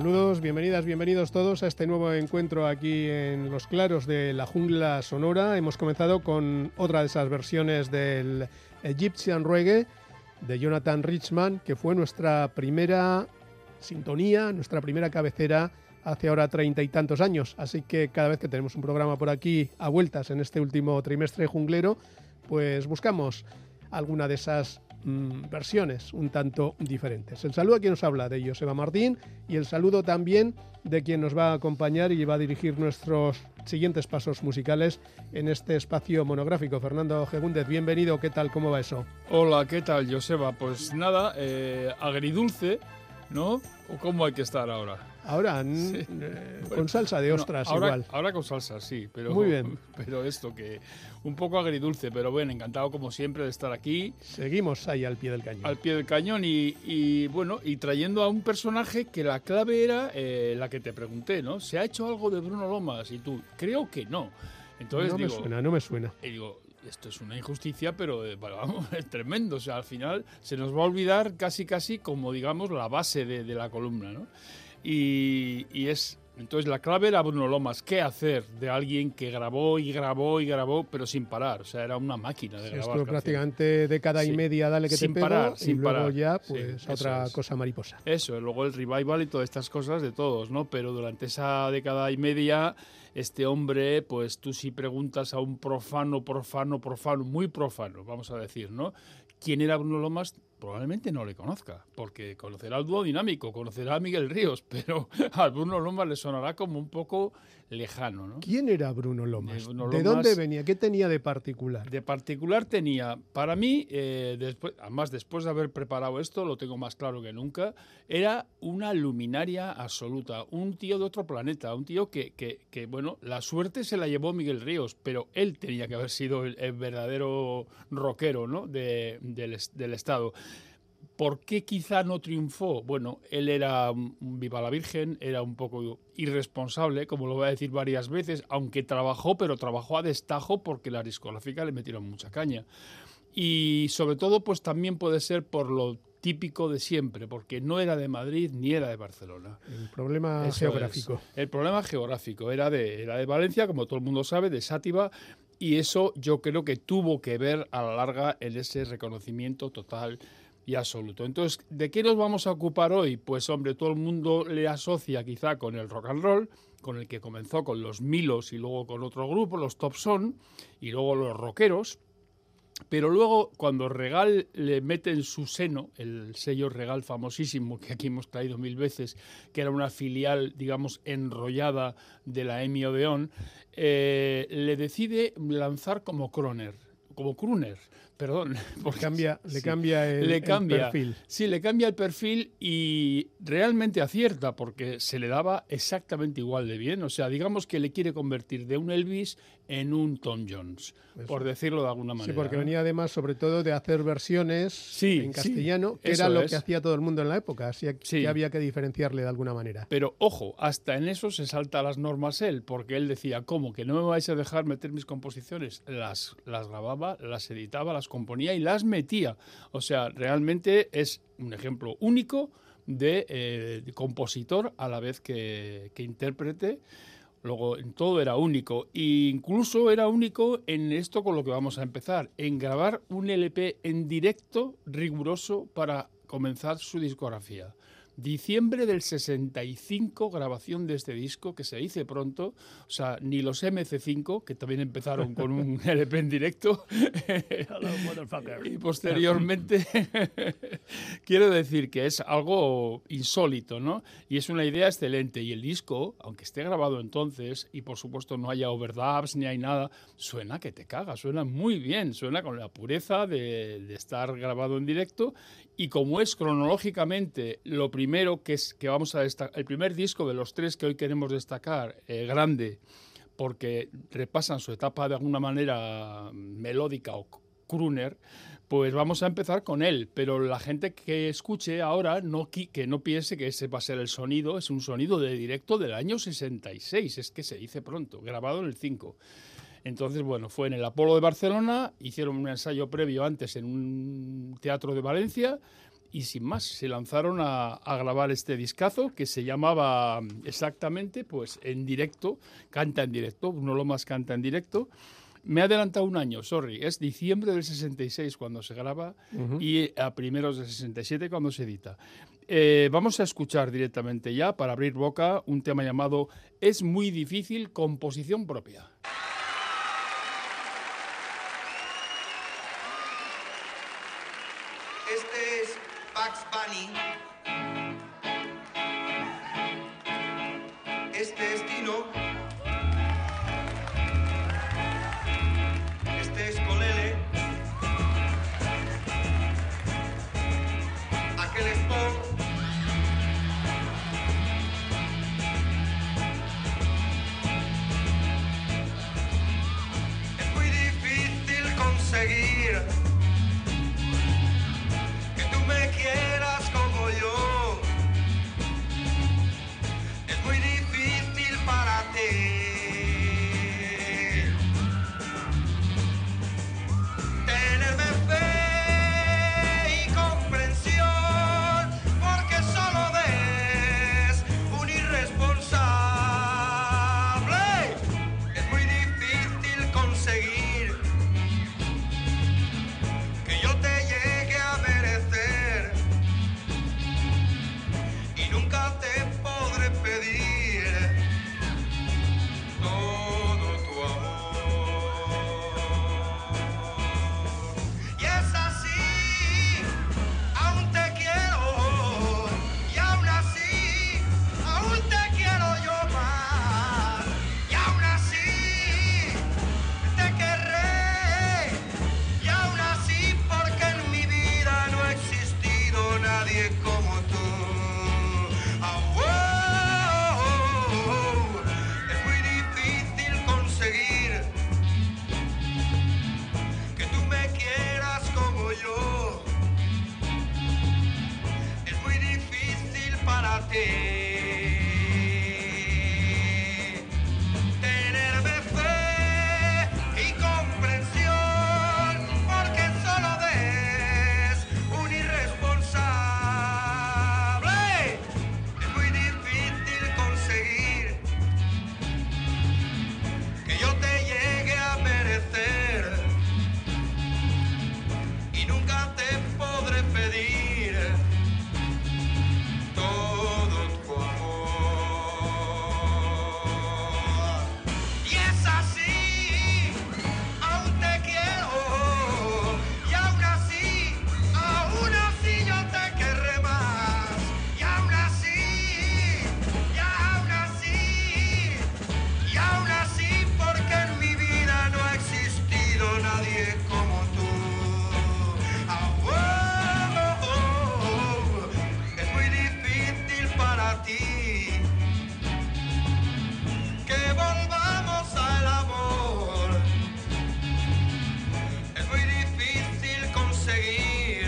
Saludos, bienvenidas, bienvenidos todos a este nuevo encuentro aquí en los claros de la jungla sonora. Hemos comenzado con otra de esas versiones del Egyptian Reggae de Jonathan Richman, que fue nuestra primera sintonía, nuestra primera cabecera hace ahora 30 y tantos años. Así que cada vez que tenemos un programa por aquí a vueltas en este último trimestre junglero, pues buscamos alguna de esas versiones un tanto diferentes. El saludo a quien nos habla, de Joseba Martín, y el saludo también de quien nos va a acompañar y va a dirigir nuestros siguientes pasos musicales en este espacio monográfico. Fernando Gegúndez, bienvenido, ¿qué tal? ¿Cómo va eso? Hola, ¿qué tal, Joseba? Pues nada, agridulce, ¿no? ¿O cómo hay que estar ahora? Ahora, Sí. Con salsa de ostras, igual. Ahora con salsa, sí, pero, muy bien. Pero esto que un poco agridulce, pero bueno, encantado como siempre de estar aquí. Seguimos ahí al pie del cañón. Al pie del cañón y bueno, y trayendo a un personaje que la clave era la que te pregunté, ¿no? ¿Se ha hecho algo de Bruno Lomas? Y tú, creo que no. Entonces No me suena. Y digo, esto es una injusticia, pero vamos, es tremendo. O sea, al final se nos va a olvidar casi como, digamos, la base de la columna, ¿no? Y es... Entonces la clave era Bruno Lomas. ¿Qué hacer de alguien que grabó y grabó y grabó, pero sin parar? O sea, era una máquina de grabar. Estuvo prácticamente década y media, dale que sin te pego, parar, y sin luego parar. ya, pues, sí, otra cosa mariposa. Eso, luego el revival y todas estas cosas de todos, ¿no? Pero durante esa década y media, este hombre, pues tú si preguntas a un profano, muy profano, vamos a decir, ¿no? ¿Quién era Bruno Lomas? Probablemente no le conozca, porque conocerá al dúo dinámico, conocerá a Miguel Ríos, pero a Bruno Lomas le sonará como un poco lejano, ¿no? ¿Quién era Bruno Lomas? ¿De dónde venía? ¿Qué tenía de particular? De particular tenía, para mí, después de haber preparado esto, lo tengo más claro que nunca, era una luminaria absoluta, un tío de otro planeta, un tío que bueno, la suerte se la llevó Miguel Ríos, pero él tenía que haber sido el verdadero rockero, ¿no? del Estado. ¿Por qué quizá no triunfó? Bueno, él era un viva la Virgen, era un poco irresponsable, como lo voy a decir varias veces, aunque trabajó, pero trabajó a destajo porque la discográfica le metieron mucha caña. Y sobre todo, pues también puede ser por lo típico de siempre, porque no era de Madrid ni era de Barcelona. El problema geográfico. El problema geográfico era de Valencia, como todo el mundo sabe, de Sátiva, y eso yo creo que tuvo que ver a la larga en ese reconocimiento total y absoluto. Entonces, ¿de qué nos vamos a ocupar hoy? Pues, hombre, todo el mundo le asocia quizá con el rock and roll, con el que comenzó con los Milos y luego con otro grupo, los Top Son, y luego los rockeros. Pero luego, cuando Regal le mete en su seno, el sello Regal famosísimo, que aquí hemos traído 1000 veces, que era una filial, digamos, enrollada de la EMI Odeón, le decide lanzar como crooner, perdón. Le cambia el perfil. Sí, le cambia el perfil y realmente acierta porque se le daba exactamente igual de bien. O sea, digamos que le quiere convertir de un Elvis en un Tom Jones, por decirlo de alguna manera. Sí, porque venía además sobre todo de hacer versiones en castellano, que era lo que hacía todo el mundo en la época, así que había que diferenciarle de alguna manera. Pero ojo, hasta en eso se salta las normas él, porque él decía, ¿cómo? ¿Que no me vais a dejar meter mis composiciones? Las grababa, las editaba, las componía y las metía. O sea, realmente es un ejemplo único de compositor a la vez que intérprete. Luego, en todo era único. E incluso era único en esto con lo que vamos a empezar, en grabar un LP en directo riguroso para comenzar su discografía. Diciembre del 65, grabación de este disco, que se dice pronto, o sea, ni los MC5, que también empezaron con un LP en directo, y posteriormente, quiero decir que es algo insólito, ¿no? Y es una idea excelente, y el disco, aunque esté grabado entonces, y por supuesto no haya overdubs ni hay nada, suena que te cagas, suena muy bien, suena con la pureza de estar grabado en directo, y como es cronológicamente lo primero que vamos a destacar, el primer disco de los tres que hoy queremos destacar, grande, porque repasan su etapa de alguna manera melódica o crooner, pues vamos a empezar con él. Pero la gente que escuche ahora, que no piense que ese va a ser el sonido, es un sonido de directo del año 66, es que se dice pronto, grabado en el 5. Entonces, bueno, fue en el Apolo de Barcelona, hicieron un ensayo previo antes en un teatro de Valencia y sin más, se lanzaron a grabar este discazo que se llamaba exactamente, pues en directo, canta en directo, Bruno Lomas canta en directo. Me he adelantado un año, sorry, es diciembre del 66 cuando se graba y a primeros del 67 cuando se edita. Vamos a escuchar directamente ya, para abrir boca, un tema llamado Es muy difícil, composición propia. Este es Bugs Bunny. Este es Tino. Este es Colele. Aquel es Paul. Es muy difícil conseguir que tú me quieras como yo. Es muy difícil para ti tenerme fe y comprensión, porque solo ves un irresponsable. Es muy difícil conseguir que yo te llegue a merecer, y nunca te podré pedir todo tu amor. Y es así, aún te quiero, y aún así, aún te quiero yo más, y aún así te querré, y aún así, porque en mi vida no ha existido nadie como tú. Ah, oh, es muy difícil conseguir que tú me quieras como yo. Es muy difícil para ti tenerme fe y comprensión, porque solo ves un irresponsable. Es muy difícil conseguir que yo te llegue a merecer, y nunca te podré pedir todo tu amor. Y es así, aún te quiero, y aún así yo te querré más, y aún así, y aún así, y aún así, porque en mi vida no ha existido nadie como tú. Ah, oh, es muy difícil para ti que volvamos al amor. Es muy difícil conseguir.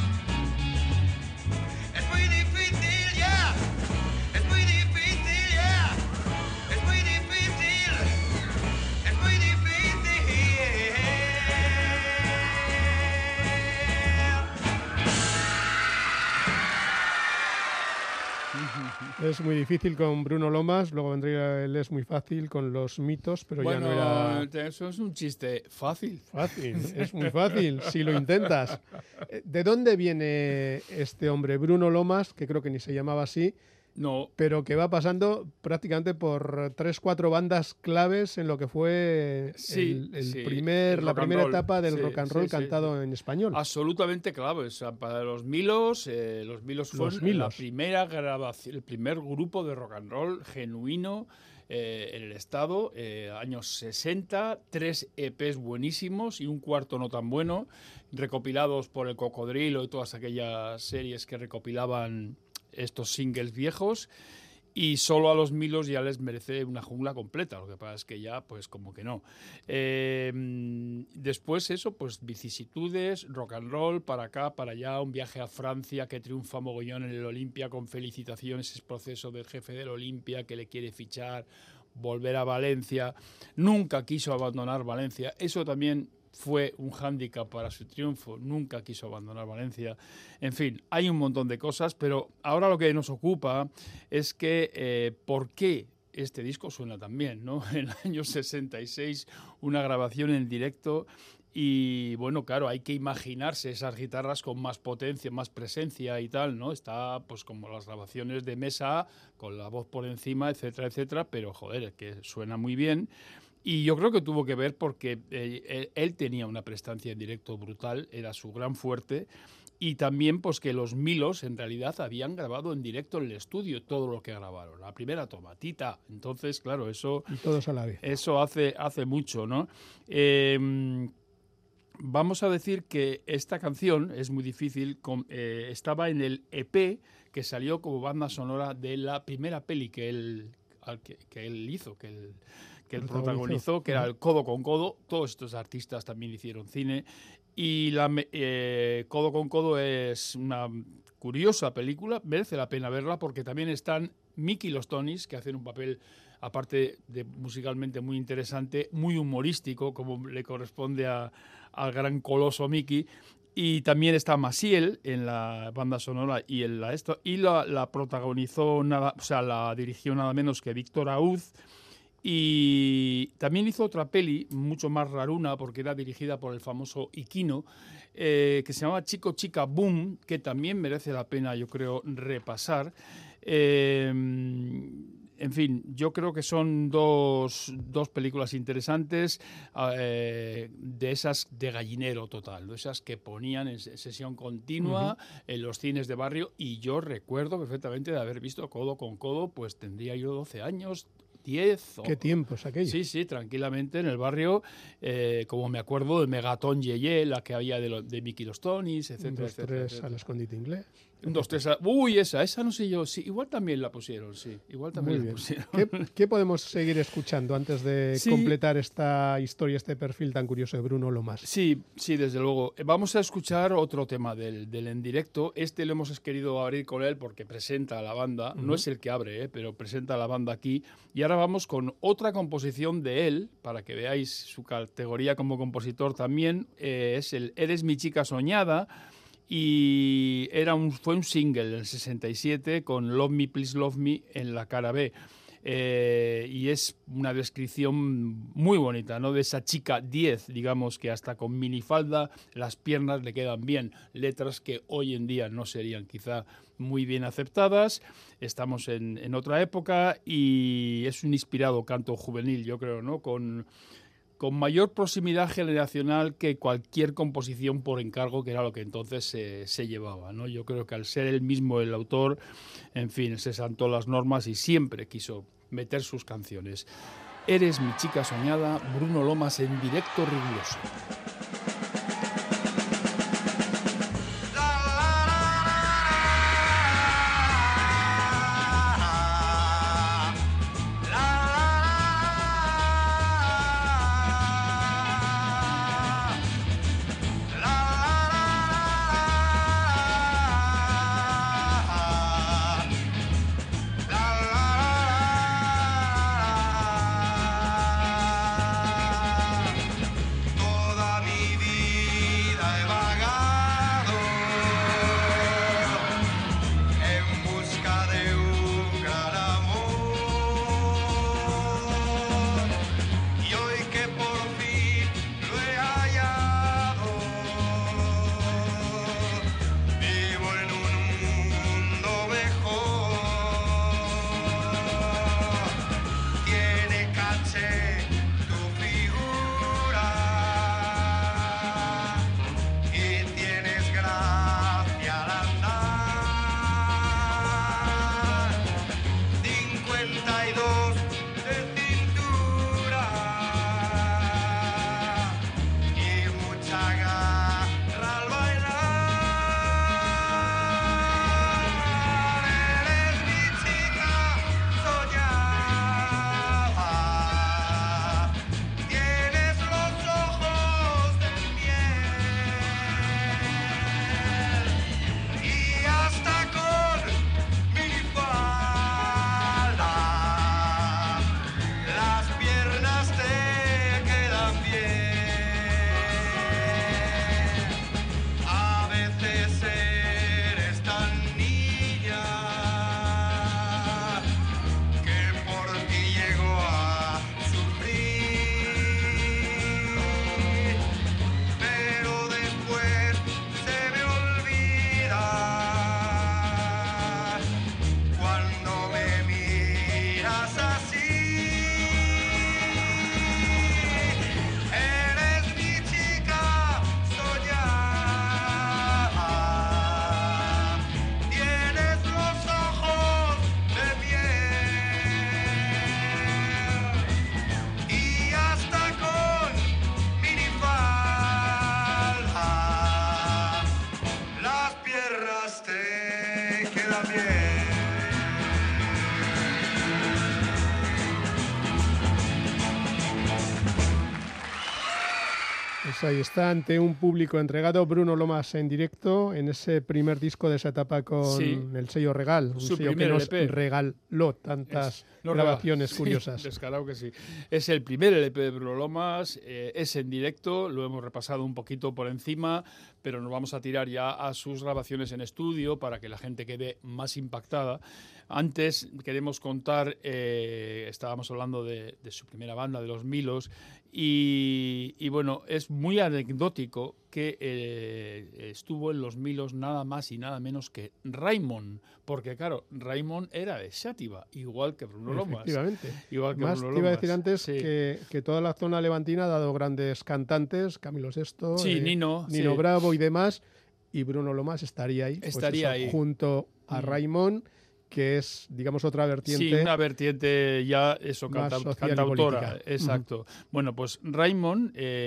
Es muy difícil, yeah. Es muy difícil, yeah. Es muy difícil. Es muy difícil. Es muy difícil con Bruno Lomas, luego vendría el Es muy fácil con Los Mitos, pero Bueno, ya no era eso es un chiste fácil. fácil, es muy fácil si lo intentas. ¿De dónde viene este hombre, Bruno Lomas, que creo que ni se llamaba así, No, pero que va pasando prácticamente por 3-4 bandas claves en lo que fue Sí, el sí, primer, el la rock and primera roll. etapa del Sí, rock and sí, roll sí, cantado sí. en español? Absolutamente clave. O sea, para los Milos fueron la Milos. primera grabación, el primer grupo de rock and roll genuino en el estado, años 60, 3 EPs buenísimos y un cuarto no tan bueno, recopilados por El Cocodrilo y todas aquellas series que recopilaban estos singles viejos. Y solo a los Milos ya les merece una jungla completa. Lo que pasa es que ya, pues como que no. Después eso, pues vicisitudes, rock and roll, para acá, para allá, un viaje a Francia que triunfa mogollón en el Olimpia con felicitaciones, ese proceso del jefe del Olimpia que le quiere fichar, volver a Valencia. Nunca quiso abandonar Valencia. Eso también fue un hándicap para su triunfo, nunca quiso abandonar Valencia. En fin, hay un montón de cosas, pero ahora lo que nos ocupa es que ¿por qué este disco suena tan bien, ¿no? En el año 66, una grabación en directo. Y bueno, claro, hay que imaginarse esas guitarras con más potencia, más presencia y tal, ¿no? Está pues como las grabaciones de mesa, con la voz por encima, etcétera, etcétera, pero joder, es que suena muy bien. Y yo creo que tuvo que ver porque él tenía una prestancia en directo brutal, era su gran fuerte, y también pues que los Milos en realidad habían grabado en directo en el estudio todo lo que grabaron, la primera tomatita. Entonces, claro, eso... Y todos a la vez. Eso hace mucho, ¿no? Vamos a decir que esta canción es muy difícil. Estaba en el EP que salió como banda sonora de la primera peli que él hizo, que él protagonizó, que era el Codo con Codo. Todos estos artistas también hicieron cine. Y Codo con Codo es una curiosa película, merece la pena verla porque también están Mickey y los Tonys, que hacen un papel, aparte de musicalmente muy interesante, muy humorístico, como le corresponde al gran coloso Mickey. Y también está Maciel en la banda sonora y la protagonizó la dirigió nada menos que Víctor Aúz. Y también hizo otra peli mucho más raruna porque era dirigida por el famoso Iquino, que se llamaba Chico Chica Boom, que también merece la pena, yo creo, repasar. En fin, yo creo que son dos películas interesantes, de esas de gallinero total, de esas que ponían en sesión continua en los cines de barrio, y yo recuerdo perfectamente de haber visto Codo con Codo, pues tendría yo 12 años, 10. ¿Qué tiempos aquellos? Sí, tranquilamente en el barrio, como me acuerdo de Megatón Yeye, la que había de Mickey los Tonys, etcétera, Un, dos, etcétera, tres al escondite inglés. Un, dos, tres. Uy, esa no sé yo. Sí, igual también la pusieron, sí. Igual también Muy la bien. pusieron. ¿Qué podemos seguir escuchando antes de completar esta historia, este perfil tan curioso de Bruno Lomas? Sí, desde luego. Vamos a escuchar otro tema del en directo. Este lo hemos querido abrir con él porque presenta a la banda. No es el que abre, pero presenta a la banda aquí. Y ahora vamos con otra composición de él, para que veáis su categoría como compositor también. Es el Eres mi chica soñada. Y fue un single del 67 con Love Me, Please Love Me en la cara B. Y es una descripción muy bonita, ¿no? De esa chica 10, digamos, que hasta con minifalda las piernas le quedan bien. Letras que hoy en día no serían quizá muy bien aceptadas. Estamos en otra época y es un inspirado canto juvenil, yo creo, ¿no? Con mayor proximidad generacional que cualquier composición por encargo, que era lo que entonces se llevaba, ¿no? Yo creo que al ser él mismo el autor, en fin, se saltó las normas y siempre quiso meter sus canciones. Eres mi chica soñada, Bruno Lomas en directo riguroso. Toda mi Pues ahí está, ante un público entregado, Bruno Lomas en directo en ese primer disco de esa etapa con el sello Regal, un Su sello que primer nos LP. regaló tantas grabaciones Sí, curiosas. descarado que sí. Es el primer LP de Bruno Lomas, es en directo, lo hemos repasado un poquito por encima, pero nos vamos a tirar ya a sus grabaciones en estudio para que la gente quede más impactada. Antes queremos contar, estábamos hablando de su primera banda, de los Milos, y bueno, es muy anecdótico que estuvo en los Milos nada más y nada menos que Raimon, porque claro, Raimon era de Xàtiva, igual que Bruno Lomas. Efectivamente. Igual que Más Bruno te iba a Lomas. decir antes Sí. que toda la zona levantina ha dado grandes cantantes, Camilo VI, Sí, Nino, sí. Bravo y demás, y Bruno Lomas estaría ahí, Estaría ahí. junto a Raimon, que es, digamos, otra vertiente. Sí, una vertiente ya, eso, más social y cantautora. política. Exacto. Bueno, pues Raimon,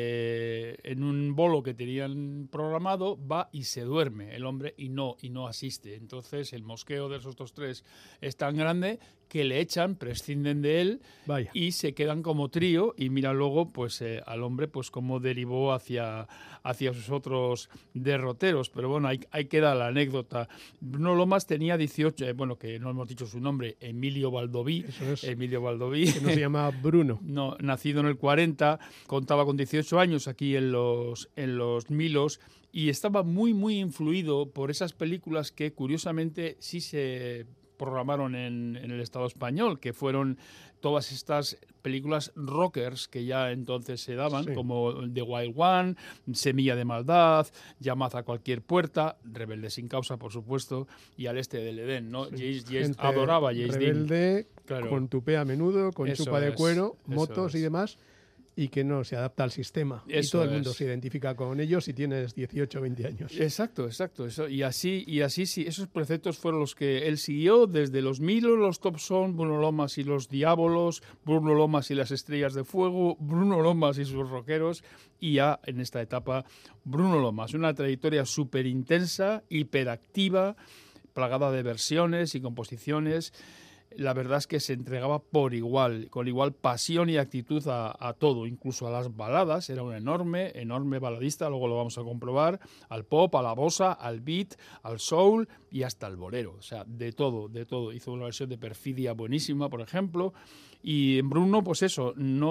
en un bolo que tenían programado, va y se duerme el hombre y no asiste. Entonces, el mosqueo de esos otros tres es tan grande que le echan, prescinden de él Vaya. y se quedan como trío. Y mira luego, pues, al hombre, pues, cómo derivó hacia sus otros derroteros. Pero bueno, ahí queda la anécdota. Bruno Lomas tenía 18, bueno, que no hemos dicho su nombre, Emilio Baldoví. Eso es. Emilio Baldoví. Que no se llama Bruno. No, nacido en el 40, contaba con 18 años aquí en los Milos y estaba muy, muy influido por esas películas que curiosamente sí se programaron en el Estado español, que fueron todas estas películas rockers que ya entonces se daban, Sí. como The Wild One, Semilla de Maldad, Llamad a cualquier puerta, Rebelde sin causa, por supuesto, y Al este del Edén, ¿no? Sí. Jace Gente adoraba a Jace Dean. rebelde, Claro. con tupé a menudo, con Eso chupa de es, cuero, eso motos y es. demás, y que no se adapta al sistema. Y Eso todo el mundo es. se identifica con ellos si tienes 18 o 20 años. Exacto. Eso, y así sí, esos preceptos fueron los que él siguió desde los Milos, los Top Son, Bruno Lomas y los Diábolos, Bruno Lomas y las Estrellas de Fuego, Bruno Lomas y sus rockeros, y ya en esta etapa Bruno Lomas, una trayectoria súper intensa, hiperactiva, plagada de versiones y composiciones. La verdad es que se entregaba por igual, con igual pasión y actitud a todo, incluso a las baladas. Era un enorme baladista, luego lo vamos a comprobar, al pop, a la bossa, al beat, al soul y hasta al bolero. O sea, de todo. Hizo una versión de Perfidia buenísima, por ejemplo. Y en Bruno, pues eso,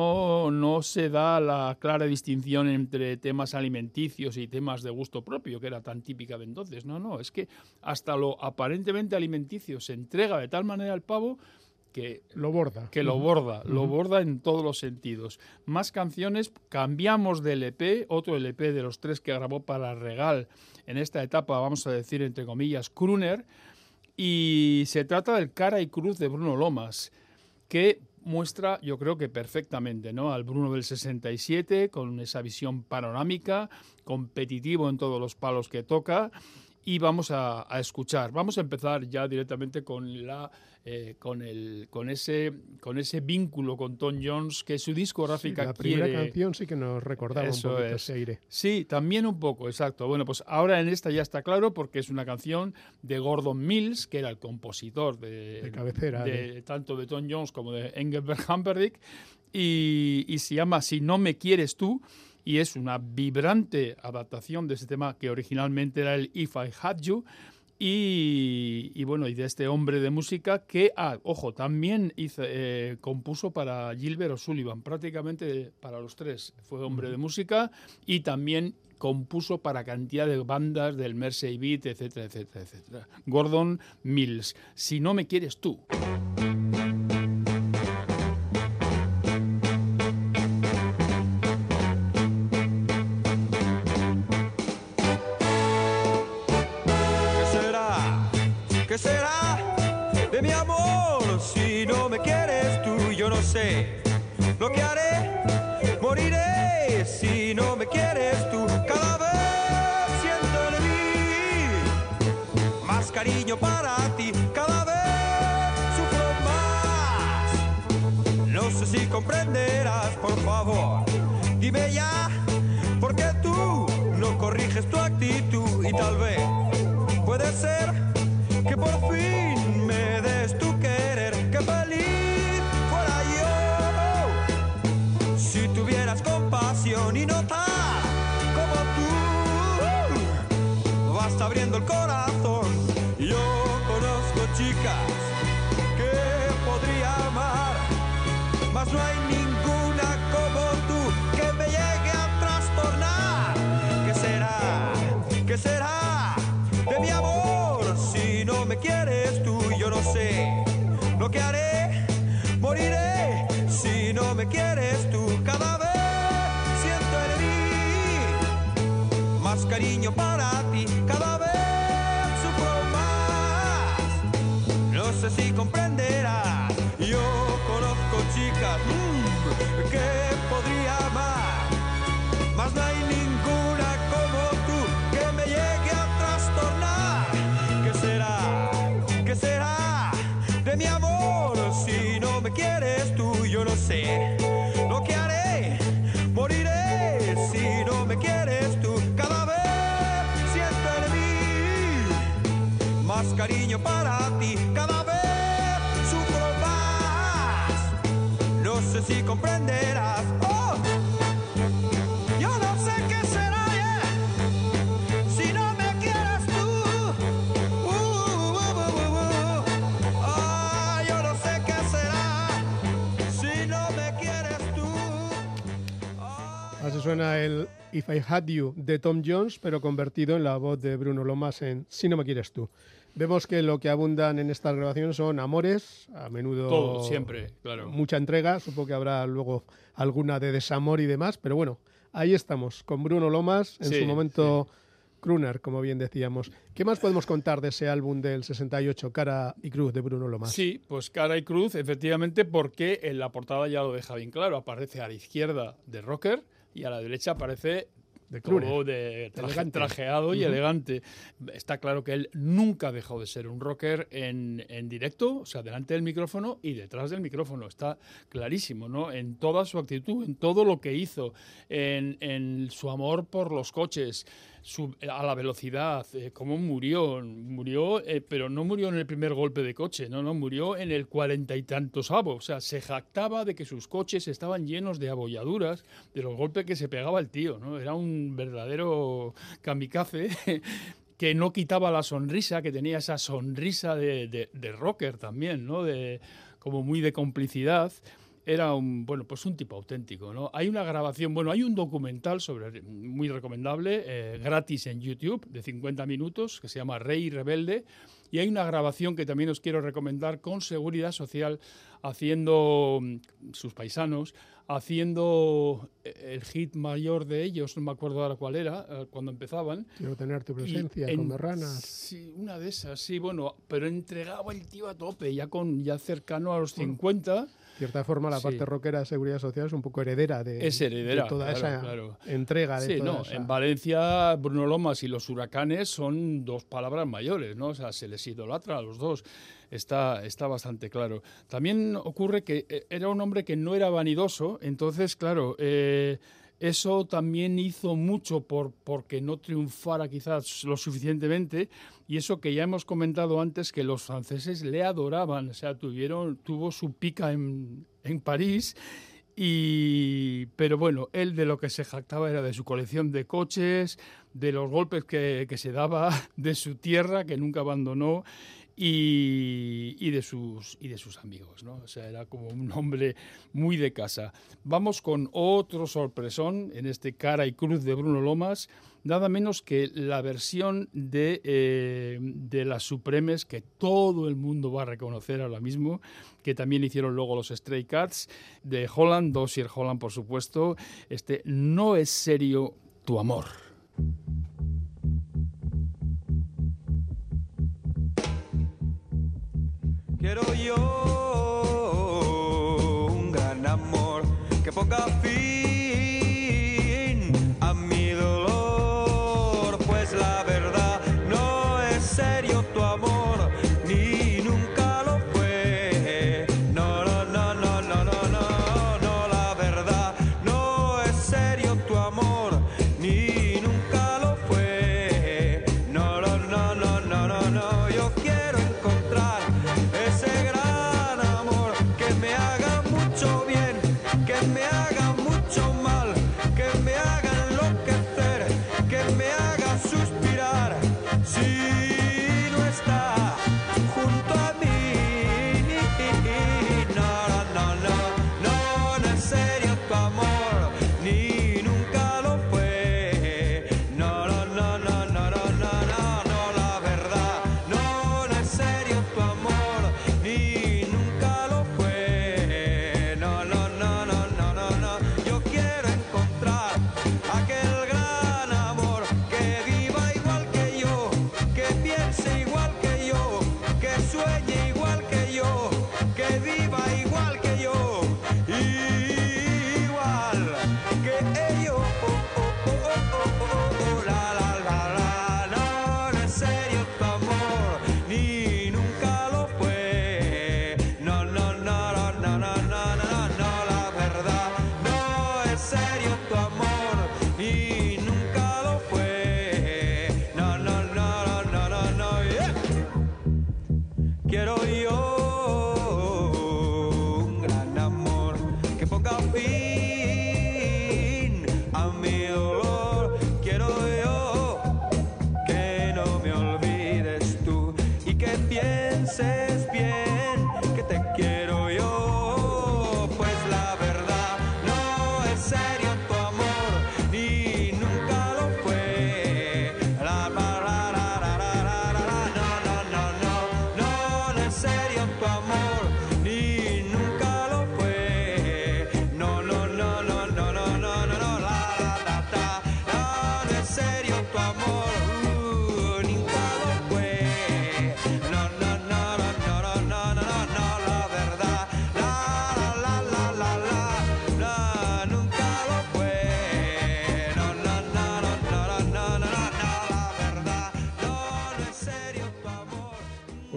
no se da la clara distinción entre temas alimenticios y temas de gusto propio, que era tan típica de entonces. No, es que hasta lo aparentemente alimenticio se entrega de tal manera al pavo que Lo borda. lo borda en todos los sentidos. Más canciones, cambiamos de LP, otro LP de los tres que grabó para Regal en esta etapa, vamos a decir entre comillas, crooner, y se trata del Cara y Cruz de Bruno Lomas, que muestra, yo creo que perfectamente, ¿no?, al Bruno del 67, con esa visión panorámica, competitivo en todos los palos que toca, y vamos a escuchar. Vamos a empezar ya directamente con ese vínculo con Tom Jones que su discográfica Sí, la primera quiere. canción sí que nos recordaba Eso un poquito es. ese aire. Sí, también un poco, exacto. Bueno, pues ahora en esta ya está claro porque es una canción de Gordon Mills, que era el compositor De cabecera, tanto de Tom Jones como de Engelbert Humperdinck, y se llama Si no me quieres tú, y es una vibrante adaptación de ese tema que originalmente era el If I Had You, y bueno, y de este hombre de música que, ojo, también compuso para Gilbert O'Sullivan, prácticamente para los tres fue hombre de música, y también compuso para cantidad de bandas del Mersey Beat, etcétera, etcétera, etcétera. Gordon Mills, Si no me quieres tú. ¿Qué será de mi amor si no me quieres tú? Yo no sé lo que haré, moriré si no me quieres tú. Cada vez siento en mí más cariño para ti, cada vez sufro más. No sé si comprenderás, por favor, dime ya, porque tú no corriges tu actitud y tal vez puede ser que por fin me des tu querer, que feliz fuera yo si tuvieras compasión y notar abriendo el corazón. Yo conozco chicas que podría amar, mas no hay ninguna como tú que me llegue a trastornar. ¿Qué será de mi amor si no me quieres tú? Yo no sé lo que haré, moriré si no me quieres tú. Cada vez siento en mí más cariño para ti, cada vez sufro más. No sé si comprenderás, yo conozco chicas que podría amar, mas no hay ninguna como tú que me llegue a trastornar. ¿Qué será de mi amor si no me quieres tú? Yo no sé lo que haré, moriré si no me quieres tú. Cada vez siento en mí más cariño para ti, cada vez sufro más. No sé si comprenderás. ¡Oh! Yo no sé qué será, yeah, si no me quieres tú. Yo no sé qué será si no me quieres tú. Así suena el If I Had You de Tom Jones, pero convertido en la voz de Bruno Lomas en Si no me quieres tú. Vemos que lo que abundan en estas grabaciones son amores, a menudo Todo, siempre, claro. mucha entrega, supongo que habrá luego alguna de desamor y demás, pero bueno, ahí estamos, con Bruno Lomas, en Sí, su momento crooner, como bien decíamos. ¿Qué más podemos contar de ese álbum del 68, Cara y Cruz, de Bruno Lomas? Sí, pues Cara y Cruz, efectivamente, porque en la portada ya lo deja bien claro. Aparece a la izquierda de rocker y a la derecha aparece De crooner. todo de Elegante. trajeado y elegante. Está claro que él nunca dejó de ser un rocker en directo, o sea, delante del micrófono y detrás del micrófono. Está clarísimo, ¿no? En toda su actitud, en todo lo que hizo, en su amor por los coches, a la velocidad, cómo murió, pero no murió en el primer golpe de coche, no, murió en el 40 y tantos avos, o sea, se jactaba de que sus coches estaban llenos de abolladuras de los golpes que se pegaba el tío, ¿no? Era un verdadero kamikaze que no quitaba la sonrisa, que tenía esa sonrisa de rocker también, ¿no? Como muy de complicidad. Era un tipo auténtico, ¿no? Hay una grabación, hay un documental muy recomendable, gratis en YouTube, de 50 minutos, que se llama Rey Rebelde, y hay una grabación que también os quiero recomendar con Seguridad Social, haciendo sus paisanos, haciendo el hit mayor de ellos, no me acuerdo ahora cuál era, cuando empezaban. Quiero tener tu presencia, con Merranas. Sí, una de esas, sí, pero entregaba el tío a tope, ya cercano a los 50. De cierta forma, la parte rockera de Seguridad Social es un poco heredera de toda esa entrega. Sí, en Valencia, Bruno Lomas y los Huracanes son dos palabras mayores, ¿no? O sea, se les idolatra a los dos. Está bastante claro. También ocurre que era un hombre que no era vanidoso, entonces, claro, eso también hizo mucho porque no triunfara quizás lo suficientemente, y eso que ya hemos comentado antes, que los franceses le adoraban, o sea, tuvo su pica en París, pero bueno, él de lo que se jactaba era de su colección de coches, de los golpes que se daba, de su tierra que nunca abandonó, y de sus amigos, ¿no? O sea, era como un hombre muy de casa. Vamos con otro sorpresón en este Cara y Cruz de Bruno Lomas, nada menos que la versión de las Supremes, que todo el mundo va a reconocer ahora mismo, que también hicieron luego los Stray Cats, de Holland, Dossier Holland, por supuesto. No es serio tu amor. Quiero yo un gran amor que ponga fin a mi dolor, pues la verdad no es serio tu amor, ni nunca lo fue. No, no, no, no, no, no, no, no, la verdad no es serio tu amor, ni nunca lo fue. No, no, no, no, no, no, no, yo quiero encontrar ese gran amor que me haga mucho bien, que me haga mucho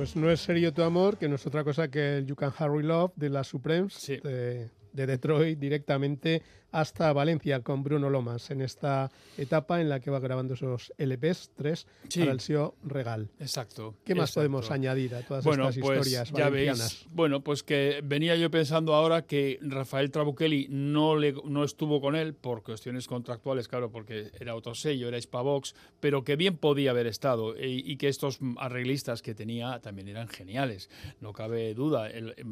Pues No es serio tu amor, que no es otra cosa que el You Can Hurry Love de las Supremes, Sí. de Detroit directamente hasta Valencia con Bruno Lomas en esta etapa en la que va grabando esos LPs, 3, Sí. para el SEO Regal. Exacto. ¿Qué más exacto. podemos añadir a todas Bueno, estas pues historias ya valencianas? veis. Bueno, pues que venía yo pensando ahora que Rafael Trabuchelli no estuvo con él por cuestiones contractuales, claro, porque era otro sello, era Hispavox, pero que bien podía haber estado y que estos arreglistas que tenía también eran geniales, no cabe duda.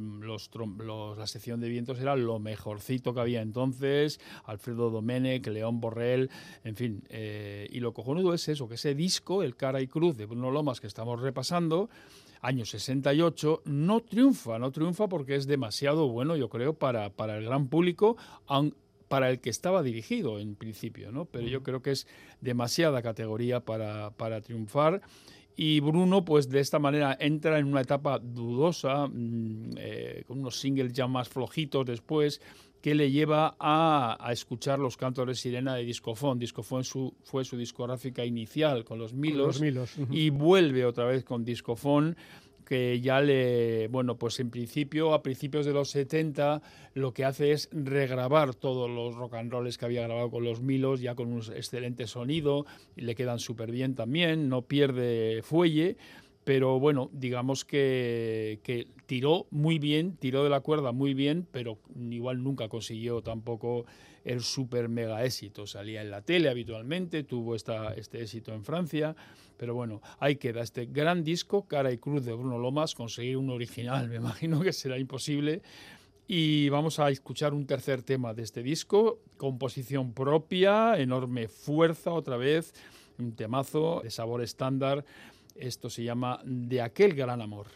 La sección de vientos era lo mejorcito que había entonces, Alfredo Domenech, León Borrell, en fin, y lo cojonudo es eso, que ese disco, el Cara y Cruz de Bruno Lomas que estamos repasando, año 68, no triunfa porque es demasiado bueno, yo creo, para el gran público, para el que estaba dirigido en principio, ¿no? Pero yo creo que es demasiada categoría para triunfar. Y Bruno, pues de esta manera entra en una etapa dudosa, con unos singles ya más flojitos después, que le lleva a escuchar los cantos de sirena de Discofón. Discofón fue su discográfica inicial con los Milos, y vuelve otra vez con Discofón, que ya pues en principio, a principios de los 70, lo que hace es regrabar todos los rock and rolls que había grabado con los Milos, ya con un excelente sonido, y le quedan súper bien también, no pierde fuelle, pero bueno, digamos que tiró muy bien, tiró de la cuerda muy bien, pero igual nunca consiguió tampoco el super mega éxito. Salía en la tele habitualmente, tuvo este éxito en Francia, pero bueno, ahí queda este gran disco, Cara y Cruz de Bruno Lomas. Conseguir un original me imagino que será imposible. Y vamos a escuchar un tercer tema de este disco, composición propia, enorme fuerza otra vez, un temazo de sabor estándar. Esto se llama De aquel gran amor.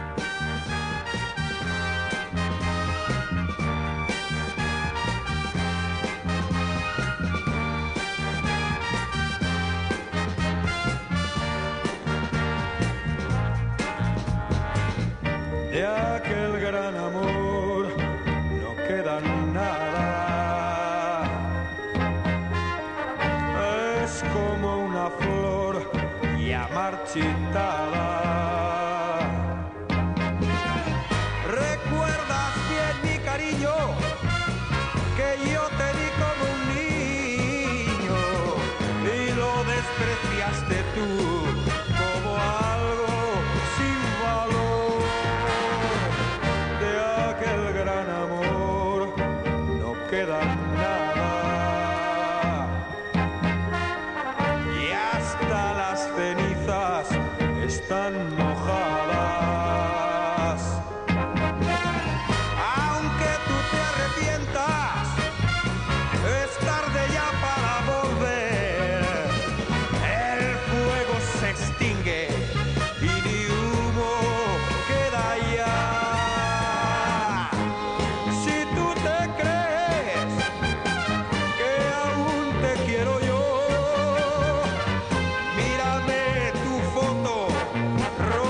De aquel gran amor no queda nada. Es como una flor ya marchitada. ¿Recuerdas bien mi cariño? Que yo te di como un niño y lo despreciaste tú como algo sin valor. De aquel gran amor no queda nada y hasta las cenizas están mojadas. Aunque tú te arrepientas, es tarde ya para volver. El fuego se extingue y ni humo queda ya. Si tú te crees que aún te quiero yo, mírame tu foto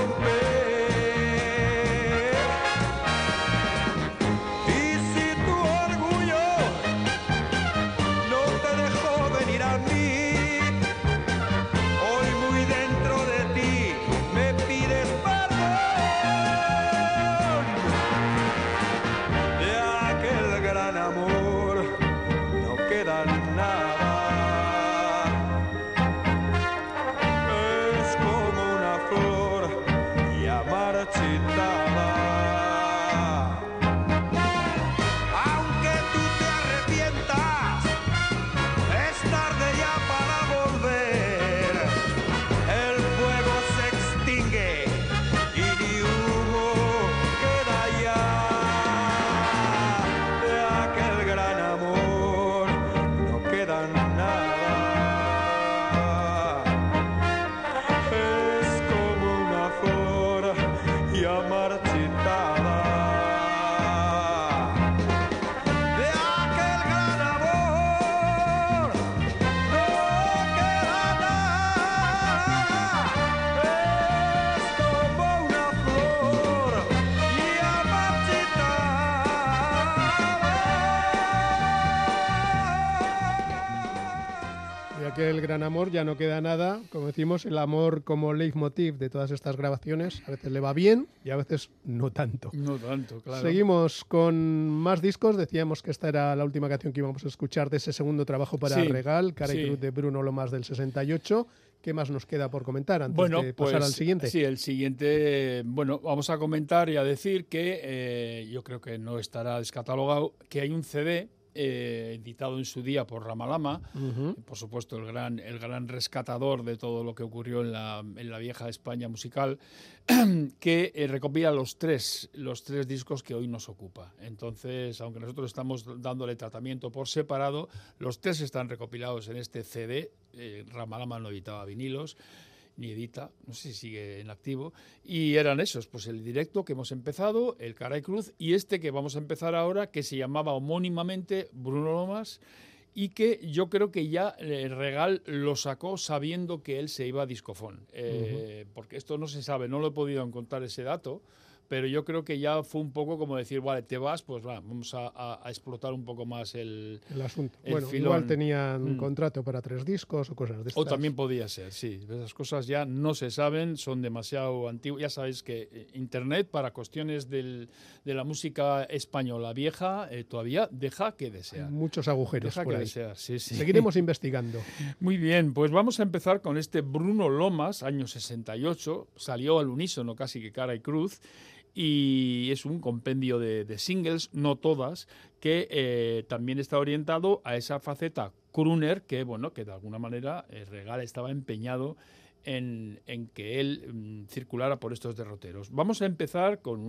del gran amor ya no queda nada. Como decimos, el amor como leitmotiv de todas estas grabaciones. A veces le va bien y a veces no tanto. No tanto, claro. Seguimos con más discos. Decíamos que esta era la última canción que íbamos a escuchar de ese segundo trabajo para Sí, Regal, Cara y sí. Cruz de Bruno Lomas del 68. ¿Qué más nos queda por comentar antes Bueno, de pasar al siguiente? Sí, el siguiente, bueno, vamos a comentar y a decir que yo creo que no estará descatalogado, que hay un CD editado en su día por Ramalama, Ujú. por supuesto el gran rescatador de todo lo que ocurrió en la vieja España musical, que recopila los tres discos que hoy nos ocupa. Entonces, aunque nosotros estamos dándole tratamiento por separado, los tres están recopilados en este CD. Ramalama no editaba vinilos, ni edita, no sé si sigue en activo, y eran esos, pues el directo que hemos empezado, el Cara y Cruz, y este que vamos a empezar ahora, que se llamaba homónimamente Bruno Lomas, y que yo creo que ya Regal lo sacó sabiendo que él se iba a Discofón, porque esto no se sabe, no lo he podido encontrar ese dato, pero yo creo que ya fue un poco como decir, vale, te vas, pues vamos a explotar un poco más el asunto. el Bueno, filón. igual tenían contrato para 3 discos o cosas de estas. O también podía ser, sí. Esas cosas ya no se saben, son demasiado antiguas. Ya sabéis que Internet, para cuestiones de la música española vieja, todavía deja que desear. Muchos agujeros Deja por que ahí. desear, sí, sí. Seguiremos investigando. Muy bien, pues vamos a empezar con este Bruno Lomas, año 68. Salió al unísono casi que Cara y Cruz. Y es un compendio de singles, no todas, que también está orientado a esa faceta crooner que, bueno, que de alguna manera Regal estaba empeñado en que él circulara por estos derroteros. Vamos a empezar con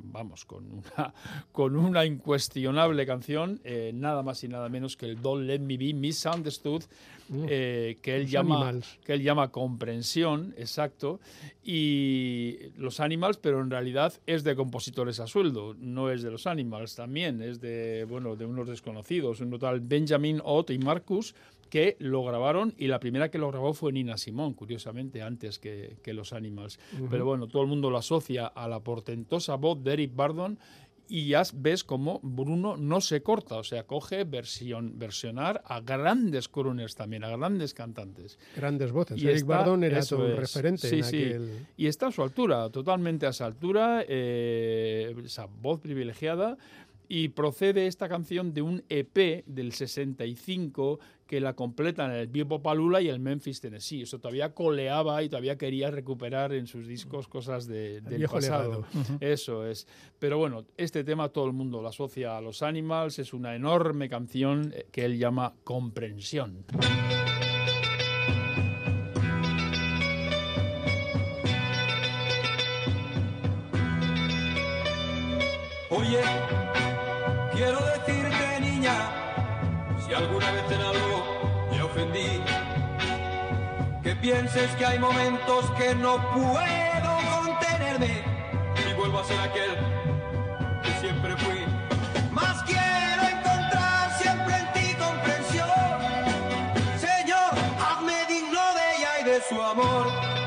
una incuestionable canción, nada más y nada menos que el Don't Let Me Be Misunderstood, que él llama Comprensión, exacto, y los Animals, pero en realidad es de compositores a sueldo, no es de los Animals, también es de unos desconocidos, un tal Benjamin Ott y Marcus, que lo grabaron, y la primera que lo grabó fue Nina Simone, curiosamente, antes que los Animals. Pero bueno, todo el mundo lo asocia a la portentosa voz de Eric Burdon, y ya ves cómo Bruno no se corta, o sea, coge versionar a grandes crooners también, a grandes cantantes. Grandes voces. Y Eric Burdon era todo un es. referente Sí, en sí. aquel... Y está a su altura, totalmente a su altura, esa voz privilegiada. Y procede esta canción de un EP del 65 que la completan el Bilbo Palula y el Memphis, Tennessee. Eso todavía coleaba y todavía quería recuperar en sus discos cosas del pasado. Eso es. Pero bueno, este tema todo el mundo lo asocia a los Animals. Es una enorme canción que él llama Comprensión. Oye, quiero decirte, niña, si alguna vez en algo te ofendí, que pienses que hay momentos que no puedo contenerme y vuelvo a ser aquel que siempre fui. Más quiero encontrar siempre en ti comprensión. Señor, hazme digno de ella y de su amor.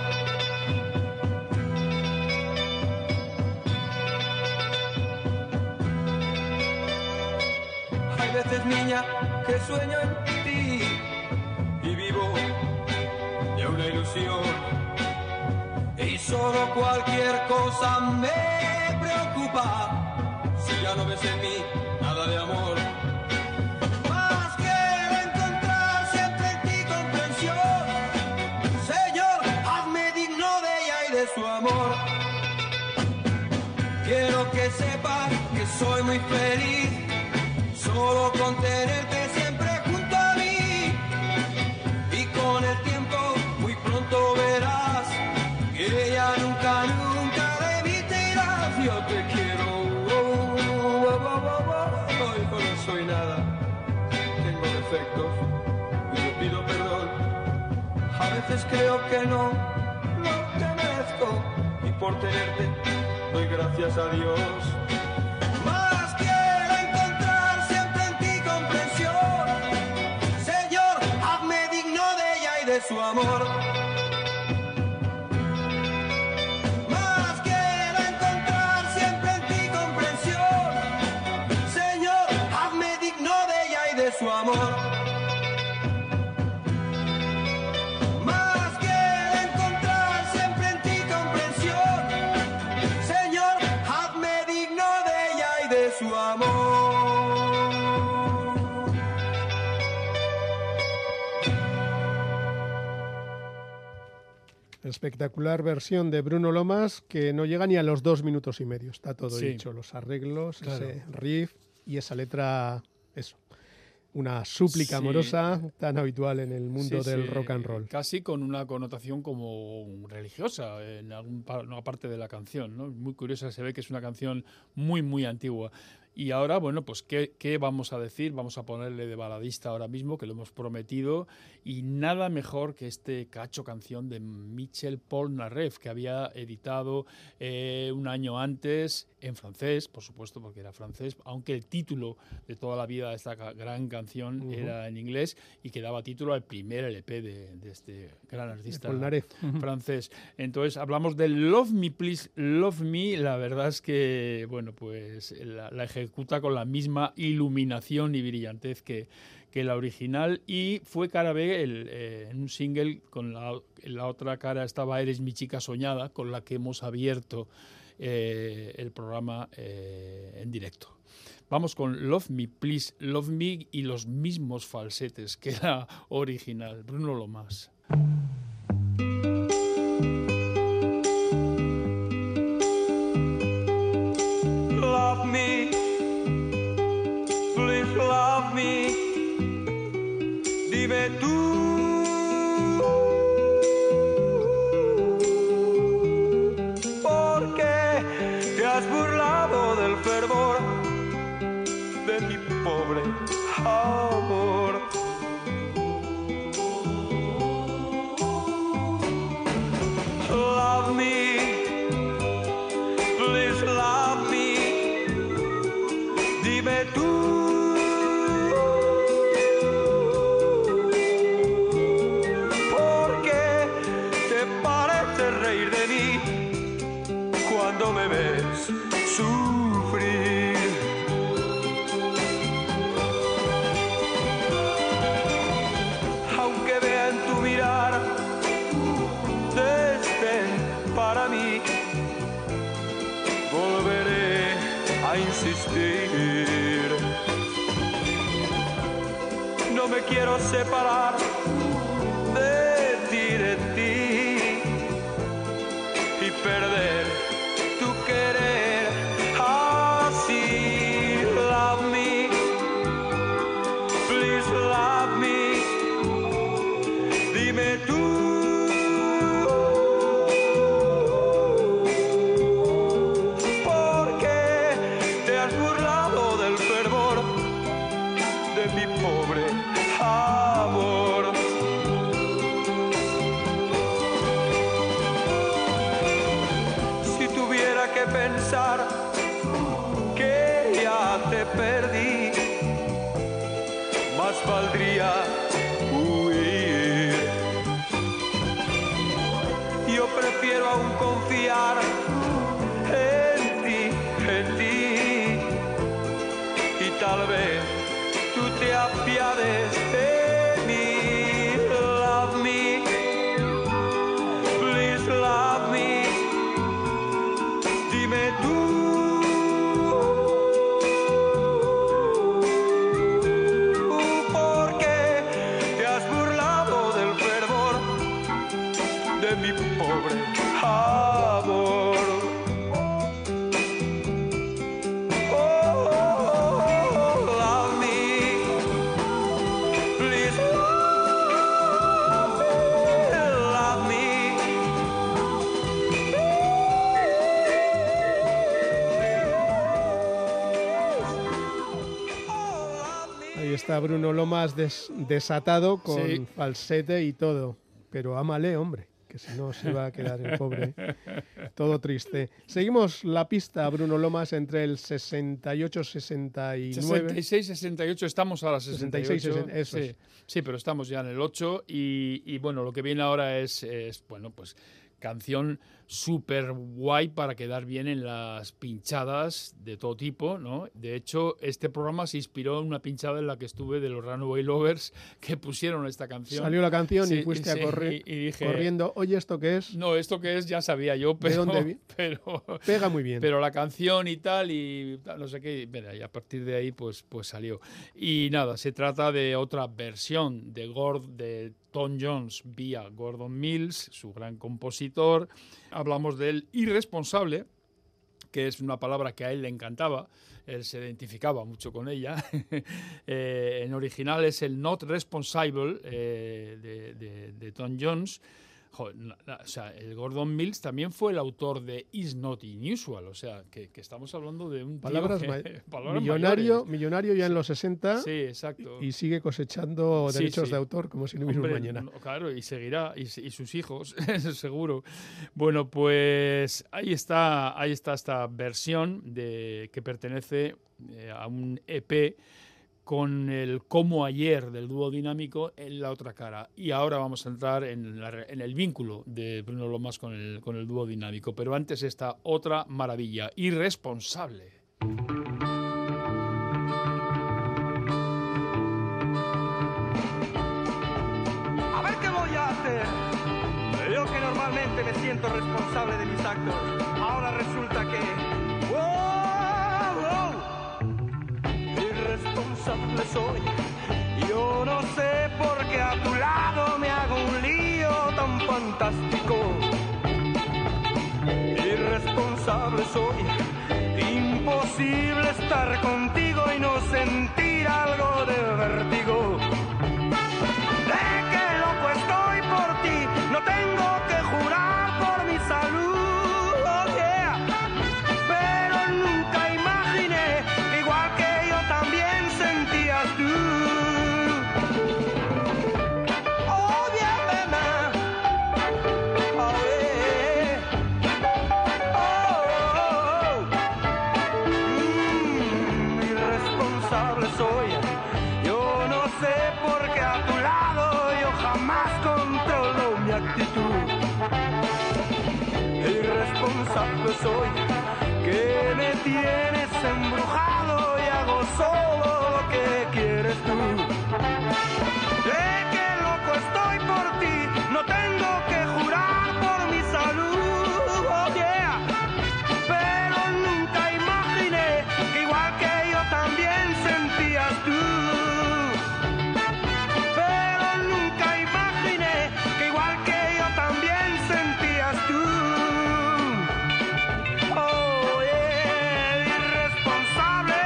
Hay veces, niña, que sueño en ti y vivo de una ilusión, y solo cualquier cosa me preocupa si ya no ves en mí nada de amor. Más quiero encontrar siempre en ti comprensión. Señor, hazme digno de ella y de su amor. Quiero que sepas que soy muy feliz solo con tenerte siempre junto a mí, y con el tiempo muy pronto verás que ya nunca, nunca de mí te irás. Yo te quiero, hijo, no soy nada, tengo defectos y te pido perdón. A veces creo que no te merezco, y por tenerte doy gracias a Dios. Más quiero encontrar siempre en ti comprensión. Señor, hazme digno de ella y de su amor. Más quiero encontrar siempre en ti comprensión. Señor, hazme digno de ella y de su amor. espectacular versión de Bruno Lomas que no llega ni a los 2 minutos y medio. Está todo Sí. dicho, los arreglos, Claro. ese riff y esa letra, eso. Una súplica Sí. amorosa tan habitual en el mundo Sí, del sí, rock and roll. Casi con una connotación como religiosa en alguna parte de la canción, ¿no? Muy curiosa, se ve que es una canción muy, muy antigua. Y ahora, bueno, pues ¿qué vamos a decir? Vamos a ponerle de baladista ahora mismo, que lo hemos prometido, y nada mejor que este cacho canción de Michel Polnareff, que había editado un año antes en francés, por supuesto, porque era francés, aunque el título de toda la vida de esta gran canción era en inglés y que daba título al primer LP de este gran artista Polnareff. francés. Entonces, hablamos de Love Me, Please Love Me. La verdad es que, bueno, pues la ejecuta con la misma iluminación y brillantez que la original, y fue cara B en un single. En la otra cara estaba Eres mi chica soñada, con la que hemos abierto el programa en directo. Vamos con Love Me, Please Love Me, y los mismos falsetes que la original. Bruno Lomas. Love me, please love me. Dime tú, ¿por qué te has burlado del fervor de mi pobre amor? Love me, please love me. Dime tú, ¿por qué te parece reír de mí cuando me ves sufrir? Aunque vea en tu mirar desdén para mí, volveré a insistir. No me quiero separar de ti y perder tu querer. Así, love me, please love me. Dime tú, ¿por qué te has burlado del fervor de mi pobre amor? Si tuviera que pensar que ya te perdí, más valdría huir. Yo prefiero aún confiar en ti, y tal vez tú te apiades de mí. Love me, please love me. Dime tú, ¿por qué te has burlado del fervor de mi pobre amor? Oh, love me, please love me. Ahí está Bruno Lomas desatado con Sí. falsete y todo. Pero ámale, hombre, que si no se va a quedar el pobre todo triste. Seguimos la pista, Bruno Lomas, entre el 68-69. 66-68, estamos a las 68. 66, eso sí, es. sí, pero estamos ya en el 8 y bueno, lo que viene ahora es bueno, pues canción súper guay para quedar bien en las pinchadas de todo tipo, ¿no? De hecho, este programa se inspiró en una pinchada en la que estuve de los Runaway Lovers, que pusieron esta canción. Salió la canción y Sí, fuiste sí, a correr y dije, corriendo. Oye, ¿esto qué es? no, esto que es ya sabía yo, pero, dónde pero, Pega muy bien. pero la canción y tal, y no sé qué, mira, y a partir de ahí pues salió. Y nada, se trata de otra versión de Gord, de Tom Jones vía Gordon Mills, su gran compositor. Hablamos del irresponsable, que es una palabra que a él le encantaba, él se identificaba mucho con ella. En original es el Not Responsible de Tom Jones. Joder, o sea, el Gordon Mills también fue el autor de Is Not Unusual, o sea, que estamos hablando de un palabras millonario ya en los 60. Sí, exacto. Y sigue cosechando derechos de autor como si no hubiera un mañana. Claro, y seguirá, y sus hijos, seguro. Bueno, pues ahí está esta versión que pertenece a un EP con el Como Ayer del dúo dinámico en la otra cara. Y ahora vamos a entrar en el vínculo de Bruno Lomas con el dúo dinámico. Pero antes esta otra maravilla, Irresponsable. A ver qué voy a hacer. Yo que normalmente me siento responsable de mis actos, ahora resulta que... Irresponsable soy. Yo no sé por qué a tu lado me hago un lío tan fantástico. Irresponsable soy. Imposible estar contigo y no sentir algo de vértigo. De que loco estoy por ti, no tengo que jurar por mi salud, oh yeah. Pero nunca imaginé que igual que yo también sentías tú. Oh yeah, mamá. Oh yeah. Irresponsable soy. Yo no sé por qué a tu lado yo jamás controlo mi actitud. Irresponsable soy, que me tienes embrujado y hago solo lo que quieres tú. De que loco estoy por ti, no tengo que jurar por mi salud, oh yeah. Pero nunca imaginé que igual que yo también sentías tú. Pero nunca imaginé que igual que yo también sentías tú. Oh yeah, irresponsable.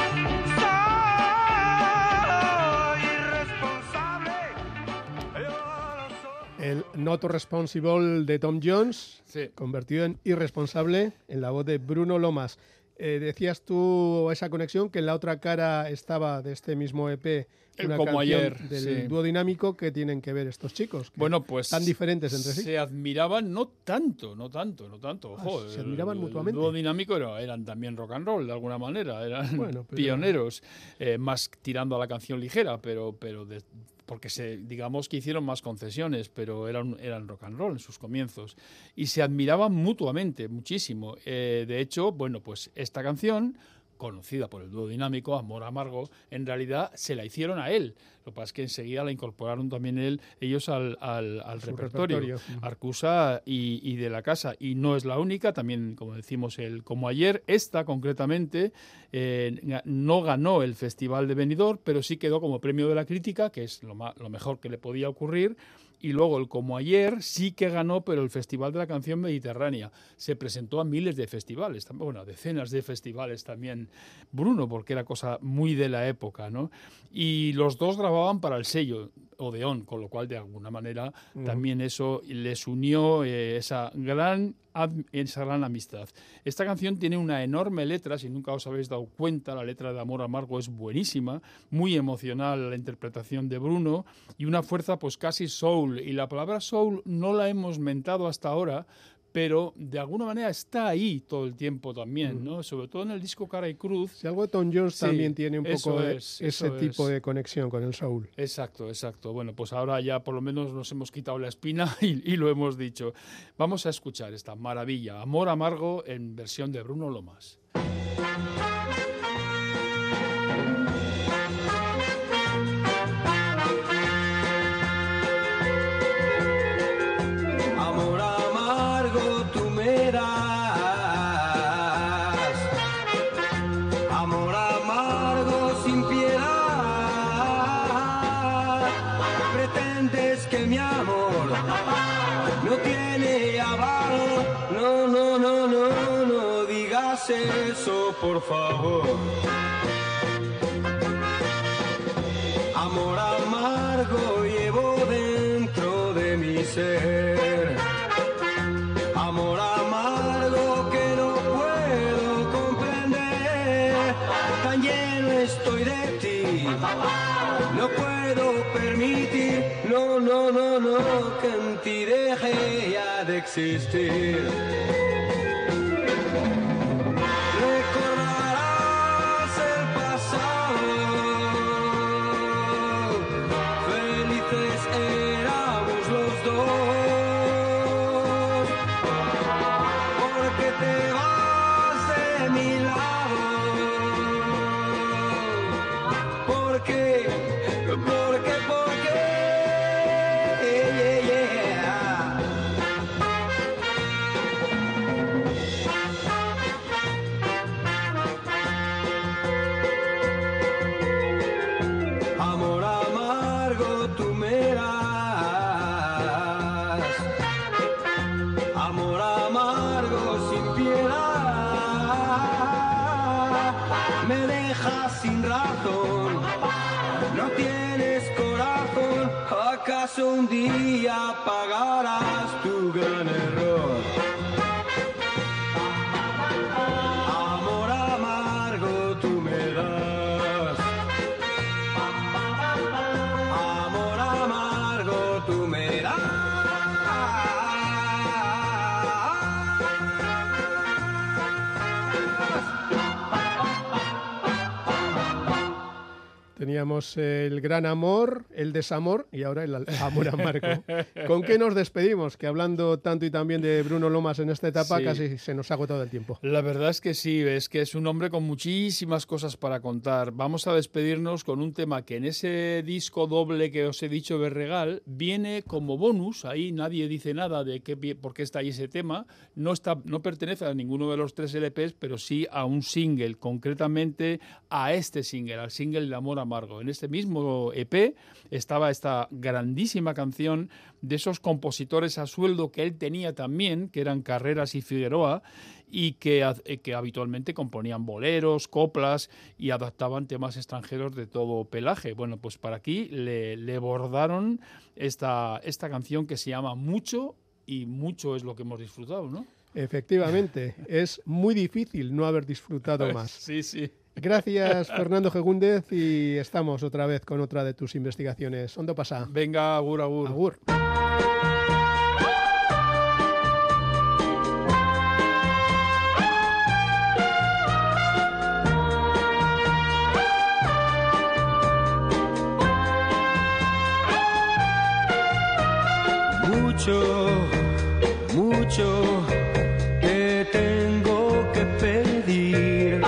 Soy irresponsable. Yo no soy. El Not Responsible de Tom Jones, Sí. convertido en Irresponsable en la voz de Bruno Lomas. Decías tú esa conexión que en la otra cara estaba de este mismo EP El una Como canción Ayer, del sí. dúo dinámico que tienen que ver estos chicos. Que Bueno, pues tan diferentes entre sí. se admiraban no tanto. Ojo, se admiraban mutuamente. El dúo dinámico eran también rock and roll de alguna manera, eran Bueno, pero- pioneros, más tirando a la canción ligera, pero porque digamos que hicieron más concesiones, pero eran rock and roll en sus comienzos y se admiraban mutuamente muchísimo. De hecho, bueno, pues esta canción, conocida por el dúo dinámico, Amor Amargo, en realidad se la hicieron a él. Lo que pasa es que enseguida la incorporaron también ellos al Su repertorio. repertorio. Arcusa y de la Casa. Y no es la única, también, como decimos, Como Ayer, esta concretamente no ganó el Festival de Benidorm, pero sí quedó como premio de la crítica, que es lo mejor que le podía ocurrir. Y luego el Como Ayer sí que ganó, pero el Festival de la Canción Mediterránea. Se presentó a miles de festivales, bueno, a decenas de festivales también Bruno, porque era cosa muy de la época, ¿no? Y los dos grababan para el sello Odeón, con lo cual de alguna manera también eso les unió esa gran amistad. Esta canción tiene una enorme letra, si nunca os habéis dado cuenta, la letra de Amor Amargo es buenísima, muy emocional la interpretación de Bruno y una fuerza pues casi soul. Y la palabra soul no la hemos mentado hasta ahora, pero de alguna manera está ahí todo el tiempo también, ¿no? Sobre todo en el disco Cara y Cruz. Si algo de Tom Jones Sí, también tiene un eso poco es, ese eso tipo es. de conexión con el soul. Exacto. Bueno, pues ahora ya por lo menos nos hemos quitado la espina y lo hemos dicho. Vamos a escuchar esta maravilla, Amor Amargo, en versión de Bruno Lomas. Amor amargo tú me das, amor amargo sin piedad, pretendes que beso, por favor. Amor amargo llevo dentro de mi ser. Amor amargo que no puedo comprender. Tan lleno estoy de ti. No puedo permitir, no, no, no, no, que en ti deje ya de existir. Recordarás el pasado, felices éramos los dos, porque te vas de mi lado, porque amor amargo tú me das, amor amargo sin piedad, me dejas sin razón, no tienes corazón, ¿acaso un día pagarás tu gran error? Amor amargo tú me das, amor amargo tú me das. Teníamos el gran amor, el desamor y ahora el amor amargo. ¿Con qué nos despedimos? Que hablando tanto y también de Bruno Lomas en esta etapa, Sí. casi se nos ha agotado el tiempo. La verdad es que sí, es que es un hombre con muchísimas cosas para contar. Vamos a despedirnos con un tema que en ese disco doble que os he dicho de Regal viene como bonus. Ahí nadie dice nada de por qué está ahí ese tema. No pertenece a ninguno de los 3 LPs, pero sí a un single, concretamente a este single, al single de Amor Amargo. En este mismo EP estaba esta grandísima canción de esos compositores a sueldo que él tenía también, que eran Carreras y Figueroa, y que habitualmente componían boleros, coplas y adaptaban temas extranjeros de todo pelaje. Bueno, pues para aquí le bordaron esta canción que se llama Mucho, y mucho es lo que hemos disfrutado, ¿no? Efectivamente, es muy difícil no haber disfrutado más. Sí, sí. Gracias, Fernando Gegúndez, y estamos otra vez con otra de tus investigaciones. Ondo pasa. Venga, agur, agur. Agur. Mucho te tengo que pedir,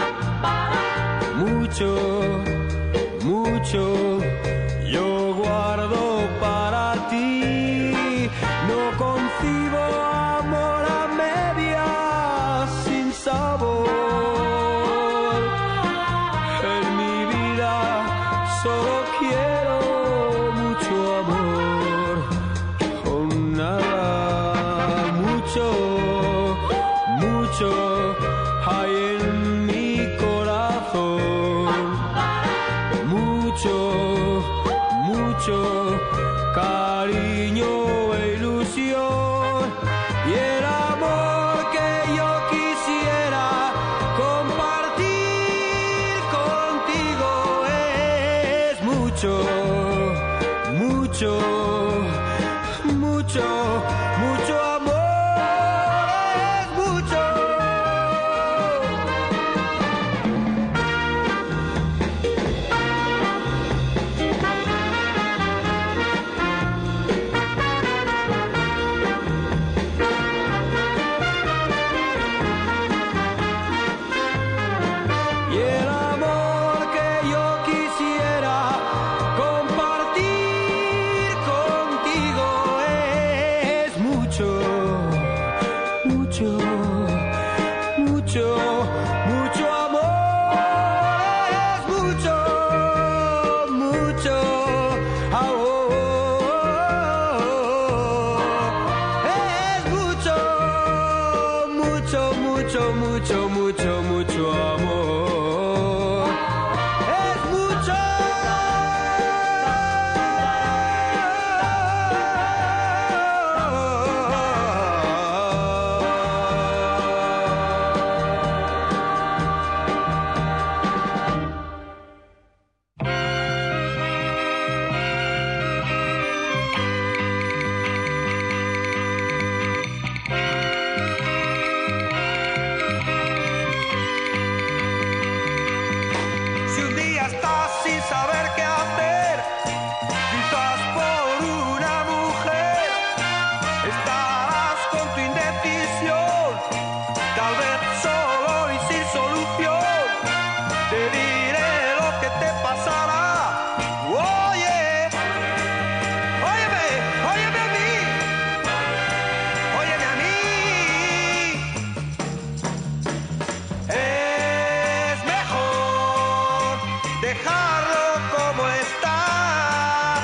mucho yo guardo para ti, no concibo amor a medias sin sabor, en mi vida solo quiero mucho amor, con nada, mucho hay en mi corazón, mucho cariño e ilusión, y el amor que yo quisiera compartir contigo es mucho amor, es mucho. Y el amor que yo quisiera compartir contigo es mucho amor, es mucho amor, es mucho mucho, mucho, mucho, mucho, mucho amor. Es mucho. Si un día estás sin saber qué hacer, quizás por una mujer, estarás con tu indecisión, tal vez solo y sin solución. Te diré lo que te pasará. Oye, óyeme, óyeme a mí, óyeme a mí. Es mejor dejarlo como está.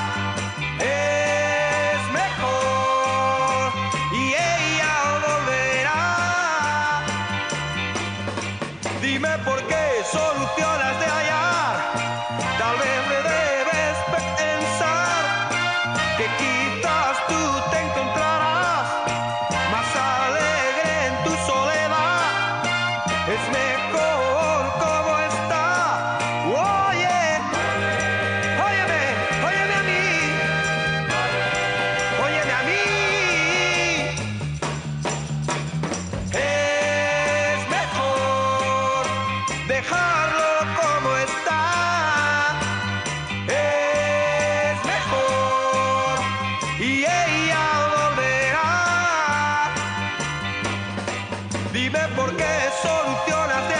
Es mejor y ella volverá. Dime por qué solucionas de hallar. Tal vez me debes pensar que quizás tú te encontrarás más alegre en tu soledad. Es mejor como está. Oye, óyeme, óyeme a mí, óyeme a mí. Es mejor dejarlo como está. Es mejor y ella volverá. Dime por qué solucionas de